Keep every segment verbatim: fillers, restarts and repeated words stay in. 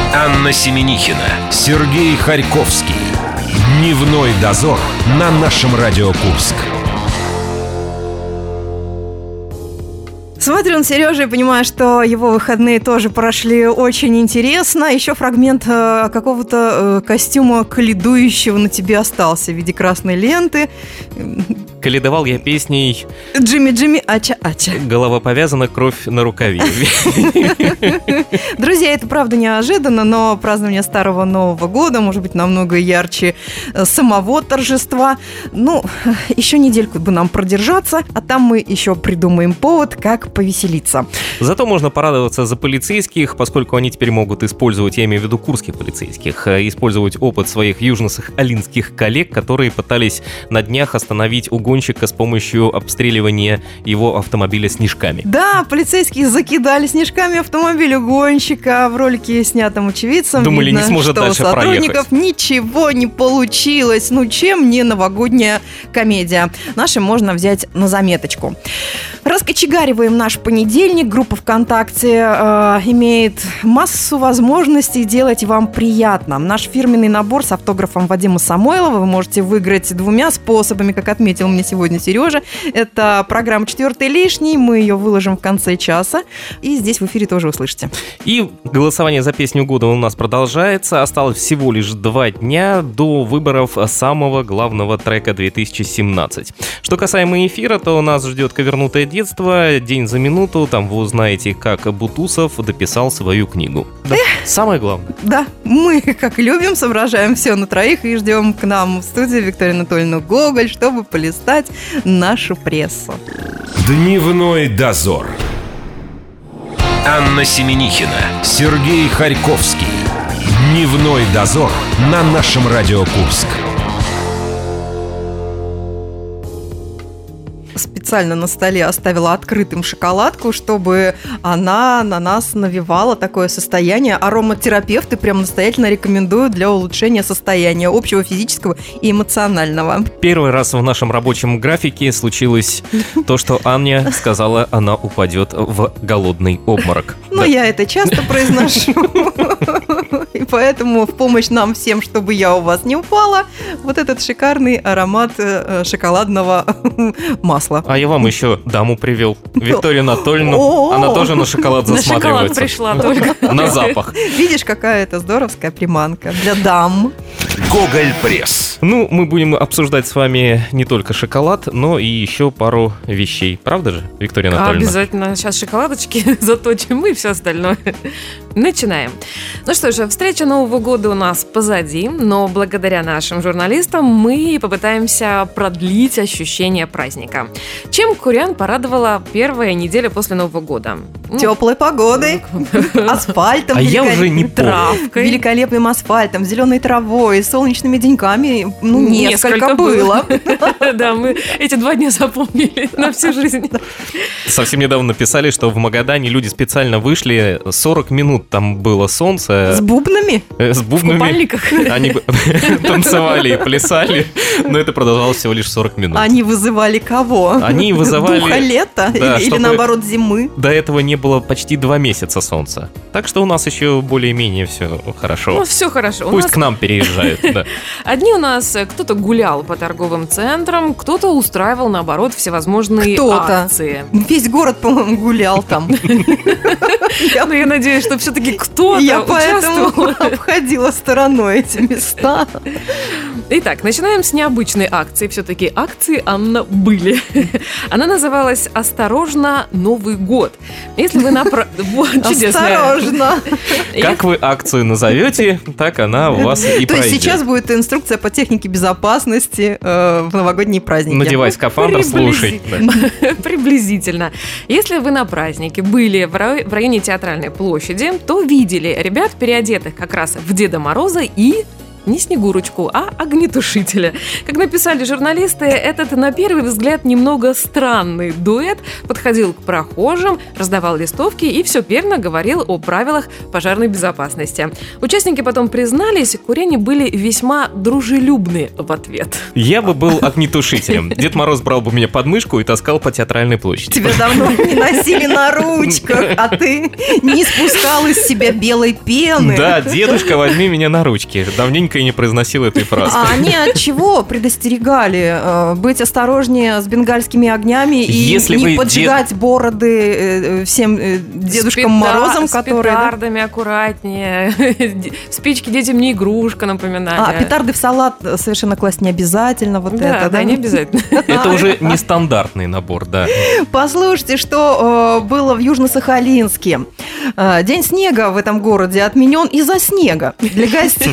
Анна Семенихина, Сергей Харьковский. Дневной дозор на нашем Радио Курск. Смотрю на Сережу и понимаю, что его выходные тоже прошли очень интересно. Еще фрагмент э, какого-то э, костюма каледующего на тебе остался в виде красной ленты. Каледовал я песней Джимми-Джимми, ача-ача. «Голова повязана, кровь на рукаве». Друзья, это правда неожиданно, но празднование Старого Нового года может быть намного ярче самого торжества. Ну, еще недельку бы нам продержаться, а там мы еще придумаем повод, как повеселиться. Зато можно порадоваться за полицейских, поскольку они теперь могут использовать, я имею в виду курских полицейских, использовать опыт своих южно-сахалинских коллег, которые пытались на днях остановить угонщика с помощью обстреливания его автомобиля снежками. Да, полицейские закидали снежками автомобиль угонщика. В ролике, снятом очевидцем, думали, видно, не сможет что дальше у сотрудников проехать. Ничего не получилось. Ну, чем не новогодняя комедия? Нашим можно взять на заметочку. Раскочегариваем наш понедельник. Группа ВКонтакте э, имеет массу возможностей делать вам приятно. Наш фирменный набор с автографом Вадима Самойлова вы можете выиграть двумя способами, как отметил мне сегодня Сережа. Это программа «Четвертый лишний». Мы ее выложим в конце часа. И здесь в эфире тоже услышите. И голосование за песню года у нас продолжается. Осталось всего лишь два дня до выборов самого главного трека две тысячи семнадцать. Что касаемо эфира, то нас ждет «Ковернутое детство», «День за минуту». Там вы узнаете, как Бутусов дописал свою книгу. Да, самое главное. Да, мы, как любим, соображаем все на троих и ждем к нам в студию Викторию Анатольевну Гоголь, чтобы полистать нашу прессу. Дневной дозор. Анна Семенихина, Сергей Харьковский. Дневной дозор на нашем Радио Курск. Специально на столе оставила открытым шоколадку, чтобы она на нас навевала такое состояние. Ароматерапевты прям настоятельно рекомендуют для улучшения состояния общего физического и эмоционального. Первый раз в нашем рабочем графике случилось то, что Аня сказала, она упадет в голодный обморок. Ну, я это часто произношу. И поэтому в помощь нам всем, чтобы я у вас не упала, вот этот шикарный аромат шоколадного масла. А я вам еще даму привел, Викторию Анатольевну. Она тоже на шоколад засматривается. На шоколад пришла только. На запах. Видишь, какая это здоровская приманка для дам. Гоголь Пресс. Ну, мы будем обсуждать с вами не только шоколад, но и еще пару вещей. Правда же, Виктория Анатольевна? Обязательно. Сейчас шоколадочки заточим и все остальное. Начинаем. Ну что же, встреча Нового года у нас позади, но благодаря нашим журналистам мы попытаемся продлить ощущение праздника. Чем курян порадовала первая неделя после Нового года? Теплой погодой, асфальтом, а я уже не травкой, великолепным асфальтом, зеленой травой, солнечными деньками. Ну, несколько, несколько было. Да, мы эти два дня запомнили на всю жизнь. Совсем недавно написали, что в Магадане люди специально вышли, сорок минут там было солнце. С бубнами? С бубнами. В купальниках. Они танцевали и плясали, но это продолжалось всего лишь сорок минут. Они вызывали кого? Они вызывали... Духа лета? Да, или, или наоборот зимы? До этого не было почти два месяца солнца. Так что у нас еще более-менее все хорошо. Ну, все хорошо. Пусть нас... к нам переезжают, да. Одни у нас, кто-то гулял по торговым центрам, кто-то устраивал, наоборот, всевозможные кто-то. акции. Весь город, по-моему, гулял там. Ну, я надеюсь, что все-таки кто-то Я поэтому обходила стороной эти места. Итак, начинаем с необычной акции. Все-таки акции, Анна, были. Она называлась «Осторожно, Новый год». Если вы напра... Вот, чудесная. Осторожно. Как вы акцию назовете, так она у вас и пройдет. То есть сейчас будет инструкция по технике безопасности э, в новогодние праздники. Надевай скафандр, слушай. Приблизительно. Если вы на празднике были в районе Театральной площади, то видели ребят, переодетых как раз в Деда Мороза и... не Снегурочку, а огнетушителя. Как написали журналисты, этот, на первый взгляд, немного странный дуэт подходил к прохожим, раздавал листовки и все верно говорил о правилах пожарной безопасности. Участники потом признались, куряне были весьма дружелюбны в ответ. Я бы был огнетушителем. Дед Мороз брал бы меня под мышку и таскал по Театральной площади. Тебя давно не носили на ручках, а ты не спускал из себя белой пены. Да, дедушка, возьми меня на ручки. Давненько и не произносил этой фразы. А они от чего предостерегали? Э, Быть осторожнее с бенгальскими огнями и Если не вы поджигать бороды э, всем э, Дедушкам С пета- Морозам, с которые... да? петардами аккуратнее. Спички детям не игрушка, напоминали. А, петарды в салат совершенно класть не обязательно. Вот Да, это, да, не обязательно. Это уже нестандартный набор, да. Послушайте, что э, было в Южно-Сахалинске. Э, День снега в этом городе отменен из-за снега. Для гостей...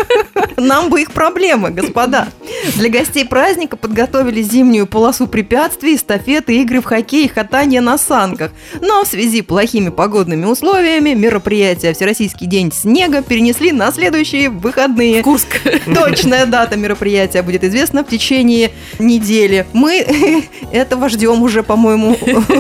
Нам бы их проблемы, господа. Для гостей праздника подготовили зимнюю полосу препятствий, эстафеты, игры в хоккей и катание на санках. Но в связи с плохими погодными условиями мероприятие «Всероссийский день снега» перенесли на следующие выходные. Курск. Точная дата мероприятия будет известна в течение недели. Мы этого ждем уже, по-моему,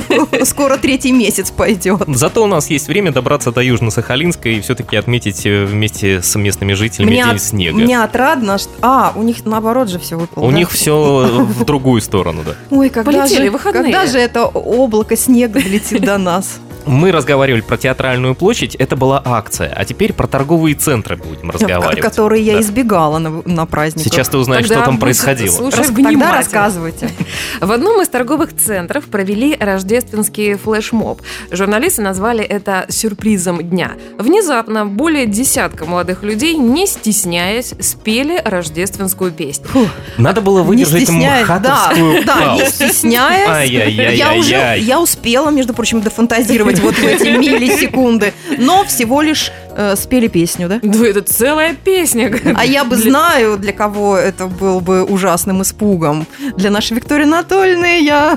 скоро третий месяц пойдет. Зато у нас есть время добраться до Южно-Сахалинска и все-таки отметить э, вместе с местными жителями Мне День от- снега. Мне отрадно, что... А, у них наоборот же все выпало. У да? них все в другую сторону, да. Ой, когда Полетели же, выходные. когда же это облако снега долетит до нас? Мы разговаривали про Театральную площадь, это была акция. А теперь про торговые центры будем разговаривать. Которые я Да. избегала на, на праздниках. Сейчас ты узнаешь, Тогда что там будь- происходило. слушай Рас- внимательно. Тогда рассказывайте. В одном из торговых центров провели рождественский флешмоб. Журналисты назвали это сюрпризом дня. Внезапно более десятка молодых людей, не стесняясь, спели рождественскую песню. Надо было выдержать Не стесняясь, да, мхатовскую да, не паузу. стесняясь. Ай-яй-яй-яй-яй. Я уже, я успела, между прочим, дофантазировать вот в эти миллисекунды, но всего лишь э, спели песню, да? Да это целая песня. А я бы Для- знаю, для кого это был бы ужасным испугом. Для нашей Виктории Анатольевны я...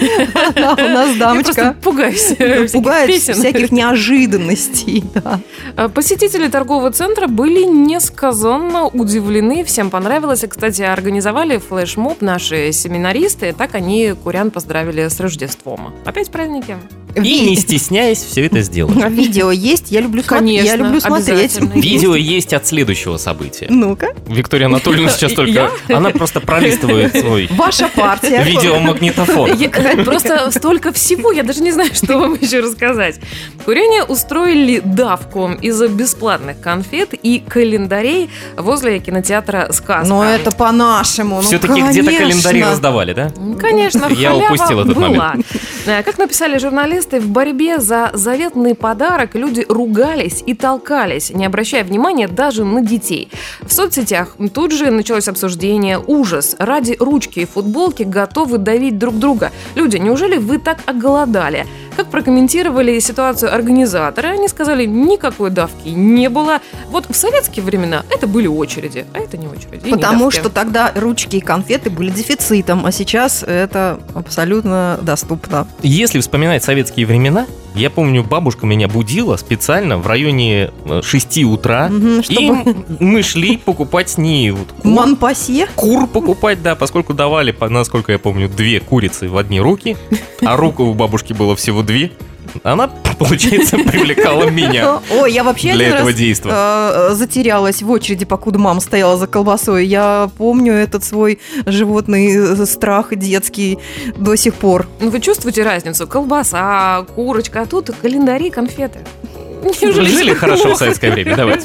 Да, у нас Я просто дамочка пугаюсь всяких пугает песен. всяких неожиданностей. да. А Посетители торгового центра были несказанно удивлены. Всем понравилось. И, кстати, организовали флешмоб наши семинаристы. Так они курян поздравили с Рождеством. Опять праздники. И не стесняясь, все это сделать. А видео есть? Я люблю, смо- Конечно, я люблю смотреть. обязательно. Видео есть от следующего события. Ну-ка. Виктория Анатольевна сейчас только... Я? Она просто пролистывает свой Ваша партия. видеомагнитофон. Я- Просто столько всего, я даже не знаю, что вам еще рассказать. Куряне устроили давку из бесплатных конфет и календарей возле кинотеатра «Сказка». Но это по-нашему. ну, Все-таки где-то конечно. календари раздавали, да? Конечно, Я халява упустил этот была. момент. Э, Как написали журналисты, в борьбе за заветный подарок люди ругались и толкались, не обращая внимания даже на детей. В соцсетях тут же началось обсуждение. Ужас. Ради ручки и футболки готовы давить друг друга. Люди, неужели вы так оголодали? Как прокомментировали ситуацию организаторы, они сказали, никакой давки не было. Вот в советские времена это были очереди, а это не очереди. и не Потому давки. что тогда ручки и конфеты были дефицитом, а сейчас это абсолютно доступно. Если вспоминать советские времена, я помню, бабушка меня будила специально в районе э, шести утра, Мгм, и чтобы мы шли покупать с ней вот кур, Монпасье. кур покупать, да, поскольку давали, по- насколько я помню, две курицы в одни руки, а рук у бабушки было всего две. Она, получается, привлекала меня Ой, я вообще для один этого раз действа. э, затерялась в очереди, покуда мама стояла за колбасой. Я помню этот свой животный э, страх детский до сих пор. Ну, вы чувствуете разницу? Колбаса, курочка, а тут календари, конфеты. Неужели Жили так хорошо в плохо? советское время, давайте.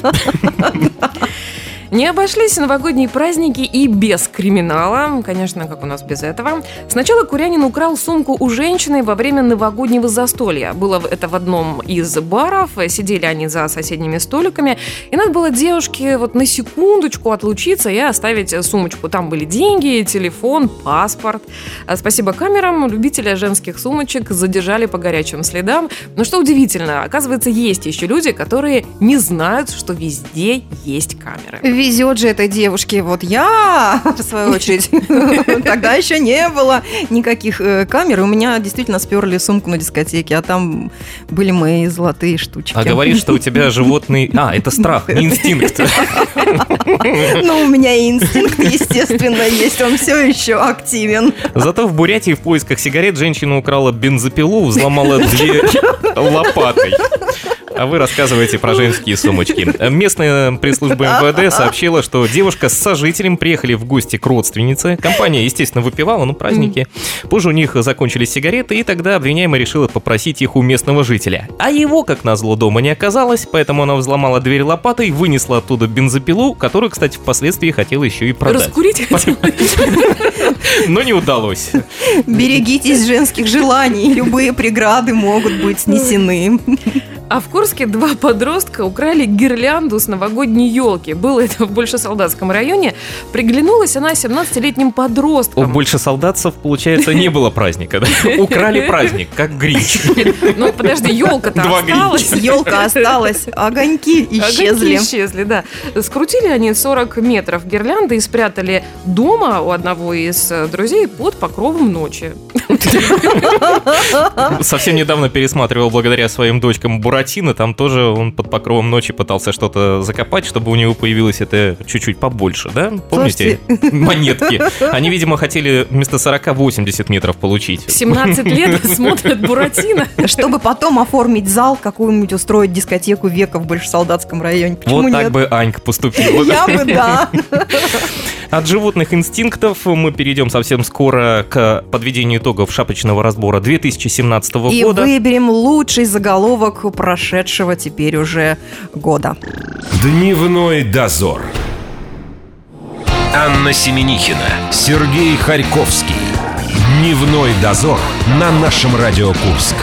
Не обошлись новогодние праздники и без криминала. Конечно, как у нас без этого. Сначала курянин украл сумку у женщины во время новогоднего застолья. Было это в одном из баров. Сидели они за соседними столиками. И надо было девушке вот на секундочку отлучиться и оставить сумочку. Там были деньги, телефон, паспорт. А Спасибо камерам. Любителя женских сумочек задержали по горячим следам. Но что удивительно, оказывается, есть еще люди, которые не знают, что везде есть камеры. Везет же этой девушке. Вот я, в свою очередь, тогда еще не было никаких э, камер. И у меня действительно сперли сумку на дискотеке, а там были мои золотые штучки. А говоришь, что у тебя животный... А, это страх, не инстинкт. Ну, у меня и инстинкт, естественно, есть, он все еще активен. Зато в Бурятии в поисках сигарет женщина украла бензопилу, взломала дверь лопатой. А вы рассказываете про женские сумочки. Местная пресс-служба эм вэ дэ сообщила, что девушка с сожителем приехали в гости к родственнице. Компания, естественно, выпивала, ну, праздники. Позже у них закончились сигареты, и тогда обвиняемая решила попросить их у местного жителя. А его, как назло, дома не оказалось, поэтому она взломала дверь лопатой, вынесла оттуда бензопилу, которую, кстати, впоследствии хотела еще и продать. Раскурить хотела? Но не удалось. Берегитесь женских желаний, любые преграды могут быть снесены. А в Курске два подростка украли гирлянду с новогодней елки. Было это в Большесолдатском районе. Приглянулась она семнадцатилетним У подросткам. большесолдатцев, получается, не было праздника, да? Украли праздник, как Гринч. Ну, подожди, елка-то Два осталась. Елка осталась, огоньки исчезли. Огоньки исчезли, да. Скрутили они сорок метров гирлянды и спрятали дома у одного из друзей под покровом ночи. Совсем недавно пересматривал благодаря своим дочкам Буратино. Там тоже он под покровом ночи пытался что-то закопать, чтобы у него появилось это чуть-чуть побольше, да? Помните? Монетки. Они, видимо, хотели вместо сорока восемьдесят метров получить. В семнадцать лет смотрят Буратино. Чтобы потом оформить зал, какую-нибудь устроить дискотеку века в Большесолдатском районе. Почему Вот так нет? бы Анька поступила. Я бы, да. От животных инстинктов мы перейдем совсем скоро к подведению итогов шапочного разбора две тысячи семнадцатого И года. выберем лучший заголовок прошедшего теперь уже года. Дневной дозор. Анна Семенихина, Сергей Харьковский. Дневной дозор на нашем Радио Курск.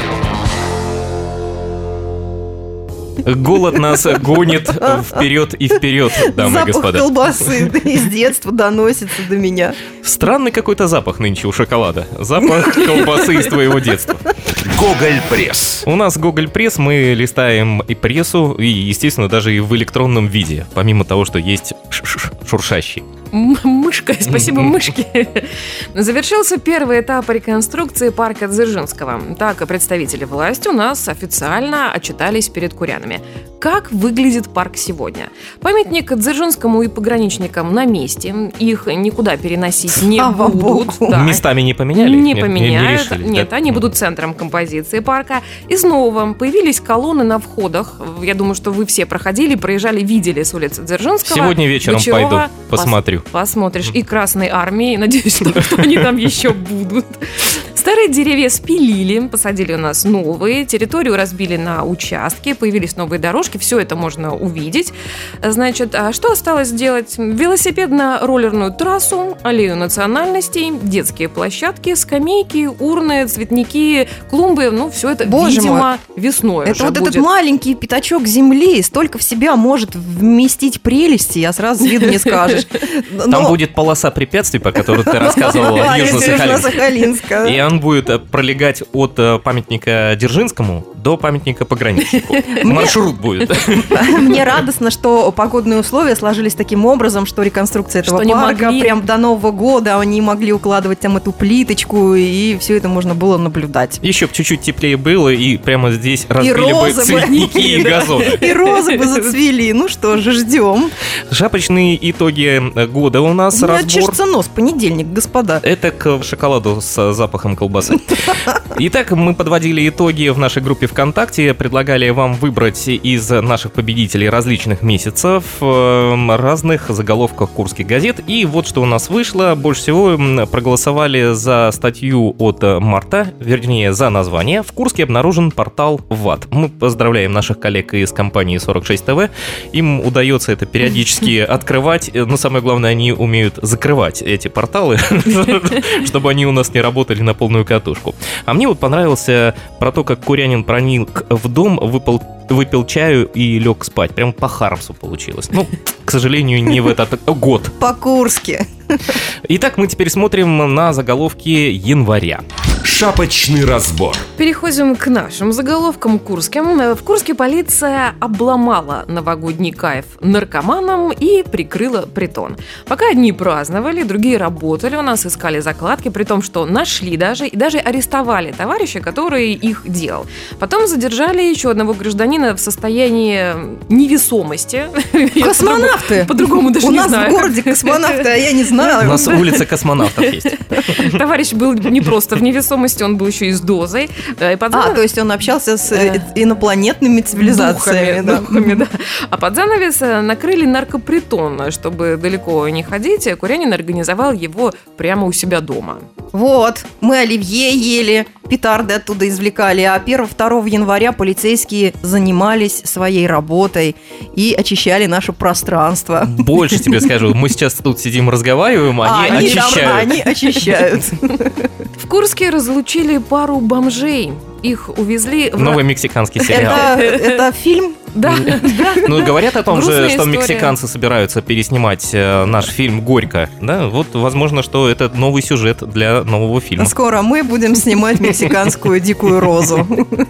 Голод нас гонит вперед и вперед, дамы и Запах господа. колбасы из детства доносится до меня. Странный какой-то запах нынче у шоколада. Запах колбасы из твоего детства. Гоголь Пресс. У нас Гоголь Пресс, мы листаем и прессу, и, естественно, даже и в электронном виде, помимо того, что есть шуршащий. М- Мышка, спасибо мышке. Завершился первый этап реконструкции парка Дзержинского. Так, представители власти у нас официально отчитались перед курянами. Как выглядит парк сегодня? Памятник Дзержинскому и пограничникам на месте. Их никуда переносить не Слава будут. Богу. Да. Местами не поменяли? Не Не- поменяют. решили, Нет, да? они будут центром композиции парка. Из нового появились колонны на входах. Я думаю, что вы все проходили, проезжали, видели с улицы Дзержинского. Сегодня вечером Бочарова. пойду, посмотрю. Пос- посмотришь. И Красной Армии. Надеюсь, что, что они там еще будут. Старые деревья спилили, посадили у нас новые, территорию разбили на участки, появились новые дорожки, все это можно увидеть. Значит, а что осталось сделать? Велосипедно-роллерную трассу, аллею национальностей, детские площадки, скамейки, урны, цветники, клумбы, ну, все это, Боже видимо, весной Это уже вот будет. этот маленький пятачок земли столько в себя может вместить прелести, я сразу с виду не скажешь. Там будет полоса препятствий, по которой ты рассказывала в Южно-Сахалинске. Южно-Сахалинска. И он будет э, пролегать от э, памятника Дзержинскому до памятника пограничнику. Маршрут будет. Мне радостно, что погодные условия сложились таким образом, что реконструкция этого Что не парка могли. прям до Нового года они могли укладывать там эту плиточку, и все это можно было наблюдать. Еще бы чуть-чуть теплее было, и прямо здесь разбили бы розы бы. цветники и газоны. И розы бы зацвели. Ну что же, ждем. Шапочные итоги года у нас Ну, разбор. чешется нос, понедельник, господа. Это к шоколаду с запахом колбасы. Итак, мы подводили итоги в нашей группе ВКонтакте, предлагали вам выбрать из наших победителей различных месяцев э, разных заголовков курских газет. И вот что у нас вышло. Больше всего м, проголосовали за статью от э, марта, вернее, за название. В Курске обнаружен портал ВАТ. Мы поздравляем наших коллег из компании сорок шесть тэ вэ. Им удается это периодически открывать, но самое главное, они умеют закрывать эти порталы, чтобы они у нас не работали на полную катушку. А мне вот понравился про то, как курянин проник в дом, выпал, выпил чаю и лег спать. Прям по Хармсу получилось. Ну, к сожалению, не в этот год. По-курски. Итак, мы теперь смотрим на заголовки января. Шапочный разбор. Переходим к нашим заголовкам курским. В Курске полиция обломала новогодний кайф наркоманам и прикрыла притон. Пока одни праздновали, другие работали, у нас искали закладки, при том, что нашли даже и даже арестовали товарища, который их делал. Потом задержали еще одного гражданина в состоянии невесомости. Космонавты! По-другому даже не знаю. У нас в городе космонавты, а я не знаю. У нас улица космонавтов есть. Товарищ был не просто в невесомости, он был еще и с дозой. И под занавес... А, то есть он общался с инопланетными цивилизациями. Духами, да. духами, да. А под занавес накрыли наркопритон, чтобы далеко не ходить. Курянин организовал его прямо у себя дома. Вот, мы оливье ели, петарды оттуда извлекали, а первого-второго января полицейские занимались своей работой и очищали наше пространство. Больше тебе скажу, мы сейчас тут сидим, разговариваем, а они, они очищают. Там, они очищают. В Курске разлучили пару бомжей. Их увезли в... Новый мексиканский сериал. Это, это фильм? Да, да. Ну, говорят о том Грустная же, что история. мексиканцы собираются переснимать э, наш фильм «Горько». Да, вот, возможно, что это новый сюжет для нового фильма. Скоро мы будем снимать мексиканскую дикую розу.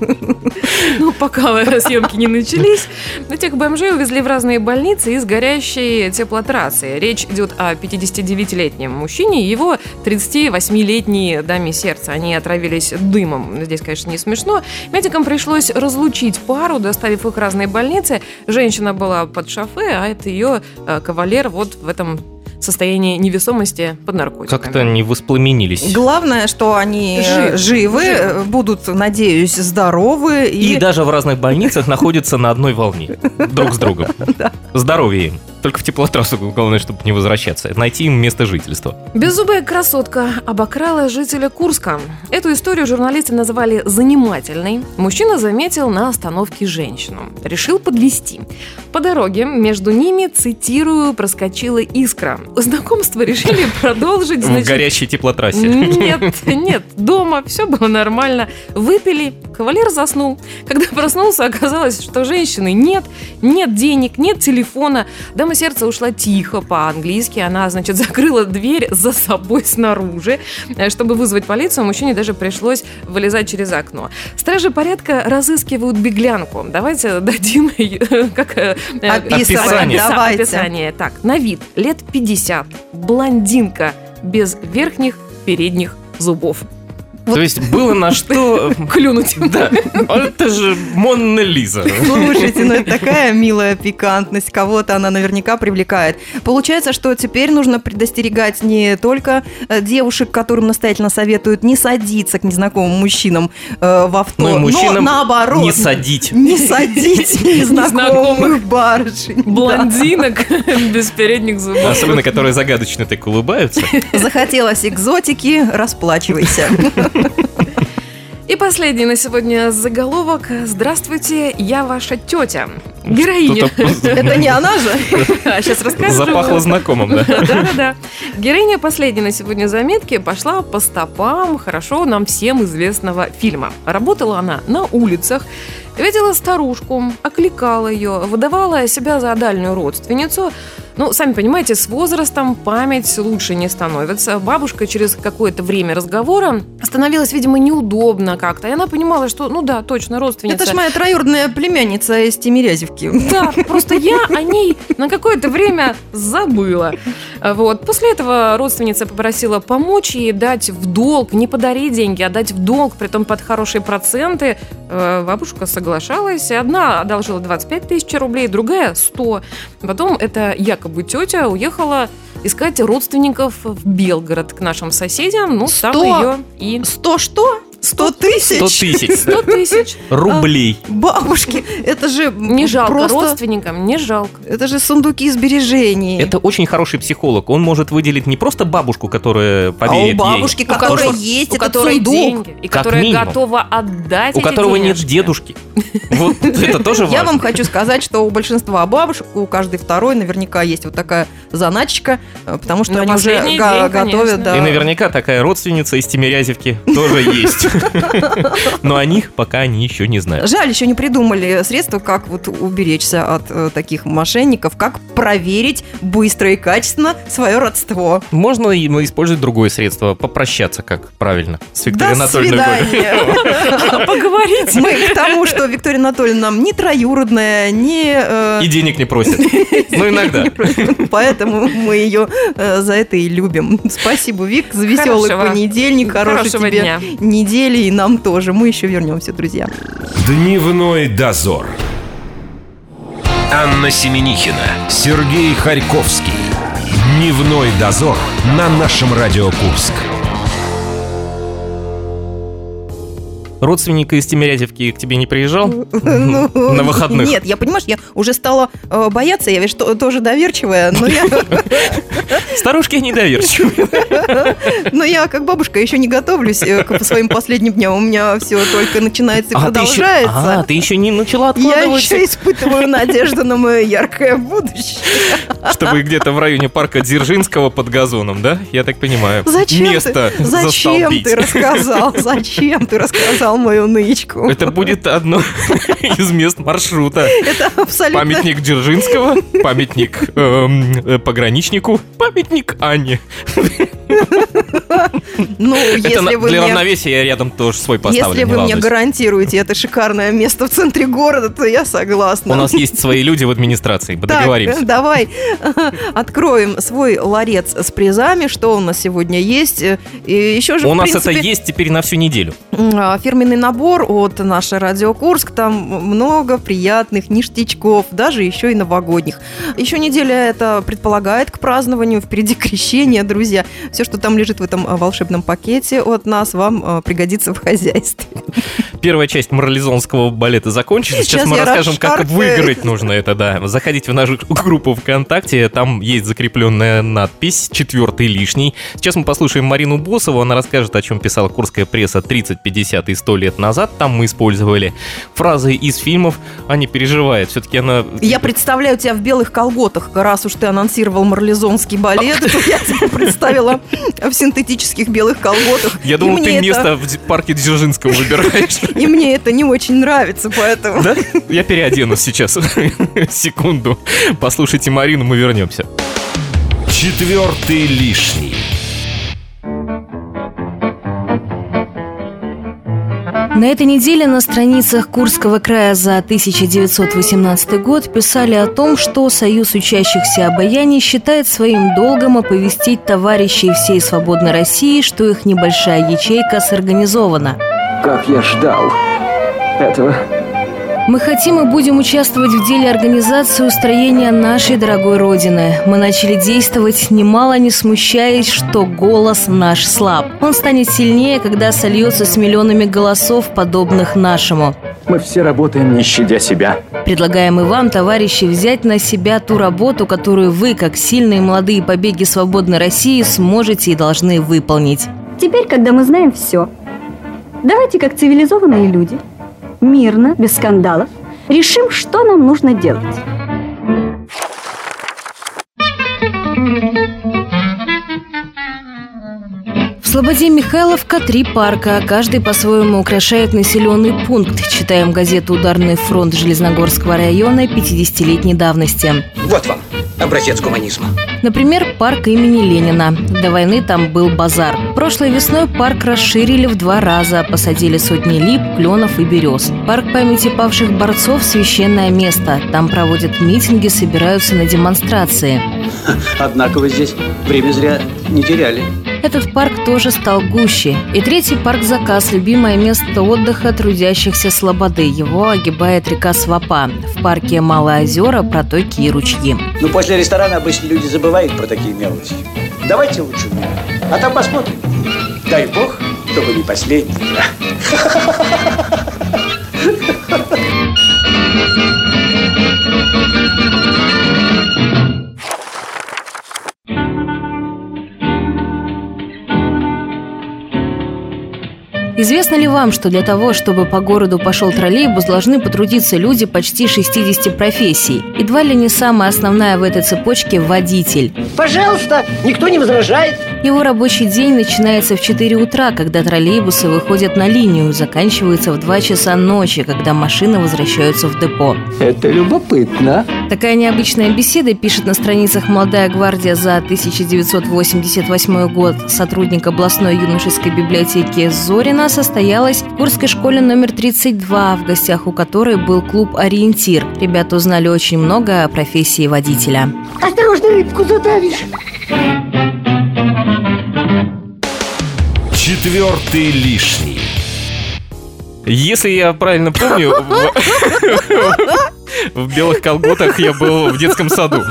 Ну, пока съемки не начались, этих бомжей увезли в разные больницы из горящей теплотрассы. Речь идет о пятидесятидевятилетнем мужчине и его тридцативосьмилетней даме сердца. Они отравились дымом. Здесь, конечно, не смешно. Медикам пришлось разлучить пару, доставив их в разные больницы. Женщина была под шофе, а это ее э, кавалер вот в этом состоянии невесомости под наркотиками. Как-то они воспламенились. Главное, что они Живы. живы, Живы. будут, надеюсь, здоровы. И... и даже в разных больницах находятся на одной волне. Друг с другом. Здоровье им. Только в теплотрассу, главное, чтобы не возвращаться. Найти им место жительства. Беззубая красотка обокрала жителя Курска. Эту историю журналисты называли занимательной. Мужчина заметил на остановке женщину. Решил подвезти. По дороге между ними, цитирую, проскочила искра. Знакомство решили продолжить. Значит... В горящей теплотрассе. Нет, нет, дома все было нормально. Выпили, кавалер заснул. Когда проснулся, оказалось, что женщины нет, нет денег, нет телефона. Дама сердца ушла тихо, по-английски. Она, значит, закрыла дверь за собой снаружи. Чтобы вызвать полицию, мужчине даже пришлось вылезать через окно. Стражи порядка разыскивают беглянку. Давайте дадим как описание. Давайте. Описание. Так, на вид лет пятьдесят, блондинка без верхних передних зубов. Вот. То есть было на что... Клюнуть. Да. Это же Монна Лиза. Слушайте, ну это такая милая пикантность. Кого-то она наверняка привлекает. Получается, что теперь нужно предостерегать не только девушек, которым настоятельно советуют не садиться к незнакомым мужчинам э, в авто, ну, и мужчинам но наоборот. Не садить. Не садить незнакомых барышень. Блондинок без передних зубов. Особенно, которые загадочно так улыбаются. Захотелось экзотики, расплачивайся. И последний на сегодня заголовок. Здравствуйте, я ваша тетя. Героиня. Это не она же? Сейчас расскажу. Запахло знакомым, да? Да-да-да. Героиня последней на сегодня заметки пошла по стопам хорошо нам всем известного фильма. Работала она на улицах, видела старушку, окликала ее, выдавала себя за дальнюю родственницу. Ну, сами понимаете, с возрастом память лучше не становится. Бабушка через какое-то время разговора становилась, видимо, неудобно как-то. И она понимала, что, ну да, точно, родственница. Это ж моя троюродная племянница из Тимирязевки. Да, просто я о ней на какое-то время забыла. Вот. После этого родственница попросила помочь ей дать в долг, не подарить деньги, а дать в долг, притом под хорошие проценты. Бабушка соглашалась. Одна одолжила двадцать пять тысяч рублей, другая сто. Потом эта якобы тетя уехала искать родственников в Белгород к нашим соседям. Ну, там ее и... Сто что? Сто тысяч? Сто тысяч. Сто тысяч. Рублей. А, бабушки, это же не жалко просто... родственникам, не жалко. Это же сундуки сбережений. Это очень хороший психолог. Он может выделить не просто бабушку, которая поверит ей. А у бабушки, ей, которая а есть, у этот которой сундук. деньги, и как которая минимум. готова отдать У эти которого нет денежки. дедушки. Вот это тоже важно. Я вам хочу сказать, что у большинства бабушек, у каждой второй наверняка есть вот такая заначка, потому что На они уже последний го- день, готовят. конечно. Да. И наверняка такая родственница из Тимирязевки тоже есть. Но о них пока они еще не знают. Жаль, еще не придумали средства, как вот уберечься от э, таких мошенников, как проверить быстро и качественно свое родство. Можно и использовать другое средство, попрощаться, как правильно, с Викторией До Анатольевной. свидания. Поговорить. Мы к тому, что Виктория Анатольевна нам не троюродная, не... э, И денег не просит. Ну, иногда. Поэтому мы ее э, за это и любим. Спасибо, Вик, за веселый Хорошего- понедельник. Хорошей хорошего тебе дня. недели и нам тоже. Мы еще вернемся, друзья. Дневной дозор. Анна Семенихина, Сергей Харьковский. Дневной дозор на нашем Радио Курск. Родственник из Тимирязевки к тебе не приезжал? Ну, На выходных? Нет, я, понимаешь, я уже стала э, бояться, я ведь что, тоже доверчивая, но я, Старушки недоверчивые. но я как бабушка еще не готовлюсь э, к своим последним дням. У меня все только начинается и А, ты еще, продолжается. а, ты еще не начала Я откладываться, еще испытываю надежду на мое яркое будущее. чтобы где-то в районе парка Дзержинского под газоном, да? Я так понимаю. Зачем Место ты, зачем застолбить. ты рассказал? Зачем ты рассказал мою нычку? Это будет одно из мест маршрута. Это абсолютно... Памятник Дзержинского, памятник эм, э, пограничнику, памятник Анне. Ну, Это если на- вы для мне... равновесия я рядом тоже свой поставлю. Если не вы мне волнуйся. гарантируете это шикарное место в центре города, то я согласна. У нас есть свои люди в администрации, мы Так, договоримся. давай откроем свой ларец с призами. Что у нас сегодня есть? И еще же, У в нас это принципе, есть теперь на всю неделю. а, фирменный набор от нашей Радио Курск. Там много приятных ништячков, даже еще и новогодних. Еще неделя это предполагает к празднованию. Впереди крещение, друзья. Все, что там лежит в этом а, волшебном пакете от нас, вам а, пригодится в хозяйстве. Первая часть марлезонского балета закончена. Сейчас, Сейчас мы я расскажем, как расшаркаю. выиграть нужно это, да. Заходите в нашу группу ВКонтакте, там есть закрепленная надпись «Четвертый лишний». Сейчас мы послушаем Марину Босову, она расскажет, о чем писала курская пресса тридцать, пятьдесят и сто лет назад. Там мы использовали фразы из фильмов. Аня переживает, все-таки она... Я представляю тебя в белых колготах. Раз уж ты анонсировал марлезонский балет, то я тебя представила в синтетических белых колготах. Я И думал, мне ты это- место в парке Дзержинского выбираешь. И мне это не очень нравится, поэтому... Да? Я переоденусь сейчас. Секунду. Послушайте Марину, мы вернемся. Четвертый лишний. На этой неделе на страницах Курского края за тысяча девятьсот восемнадцатый год писали о том, что Союз учащихся обаяний считает своим долгом оповестить товарищей всей свободной России, что их небольшая ячейка сорганизована. Как я ждал этого. Мы хотим и будем участвовать в деле организации устроения нашей дорогой Родины. Мы начали действовать, немало не смущаясь, что голос наш слаб. Он станет сильнее, когда сольется с миллионами голосов, подобных нашему. Мы все работаем, не щадя себя. Предлагаем и вам, товарищи, взять на себя ту работу, которую вы, как сильные молодые побеги свободной России, сможете и должны выполнить. Теперь, когда мы знаем все, давайте, как цивилизованные люди, мирно, без скандалов, решим, что нам нужно делать. В Слободе Михайловка три парка, каждый по-своему украшает населенный пункт. Читаем газету «Ударный фронт» Железногорского района пятидесятилетней давности. Вот вам образец гуманизма. Например, парк имени Ленина. До войны там был базар. Прошлой весной парк расширили в два раза. Посадили сотни лип, кленов и берез. Парк памяти павших борцов – священное место. Там проводят митинги, собираются на демонстрации. Однако вы здесь время зря не теряли. Этот парк тоже стал гуще. И третий парк «Заказ» – любимое место отдыха трудящихся Слободы. Его огибает река Свапа. В парке Малые озера, протоки и ручьи. Но после ресторана обычно люди забывают про такие мелочи. Давайте лучше, а там посмотрим. Дай бог, чтобы не последний. Известно ли вам, что для того, чтобы по городу пошел троллейбус, должны потрудиться люди почти шестидесяти профессий? Едва ли не самая основная в этой цепочке – водитель. Пожалуйста, никто не возражает. Его рабочий день начинается в четыре утра, когда троллейбусы выходят на линию, заканчивается в два часа ночи, когда машины возвращаются в депо. Это любопытно. Такая необычная беседа, пишет на страницах «Молодая гвардия» за тысяча девятьсот восемьдесят восьмой год сотрудник областной юношеской библиотеки Зорина, состоялась в Курской школе номер тридцать два, в гостях у которой был клуб «Ориентир». Ребята узнали очень много о профессии водителя. Осторожно, рыбку задавишь. Четвертый лишний. Если я правильно помню, в, в белых колготах я был в детском саду.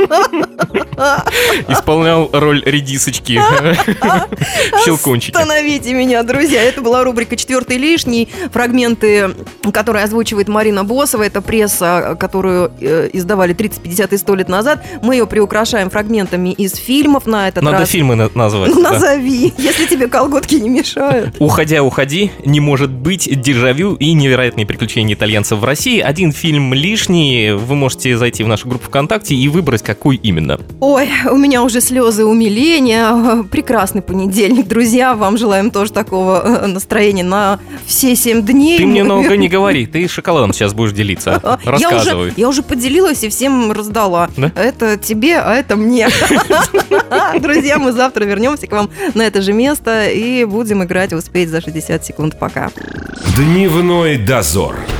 Исполнял роль редисочки в Щелкунчике. Остановите меня, друзья. Это была рубрика «Четвертый лишний». Фрагменты, которые озвучивает Марина Босова. Это пресса, которую э, издавали тридцать, пятьдесят и сто лет назад. Мы ее приукрашаем фрагментами из фильмов на этот Надо раз. фильмы на- назвать. Ну, да. назови, если тебе колготки не мешают. «Уходя, уходи», «Не может быть», «Дежавю» и «Невероятные приключения итальянцев в России». Один фильм лишний. Вы можете зайти в нашу группу ВКонтакте и выбрать, какой именно. Ой, у меня уже слезы умиления. Прекрасный понедельник, друзья. Вам желаем тоже такого настроения на все семь дней. Ты мне много не говори, ты шоколадом сейчас будешь делиться. Рассказывай. Я уже, я уже поделилась и всем раздала. Да? Это тебе, а это мне. Друзья, мы завтра вернемся к вам на это же место и будем играть в «Успеть за шестьдесят секунд». Пока. Дневной дозор.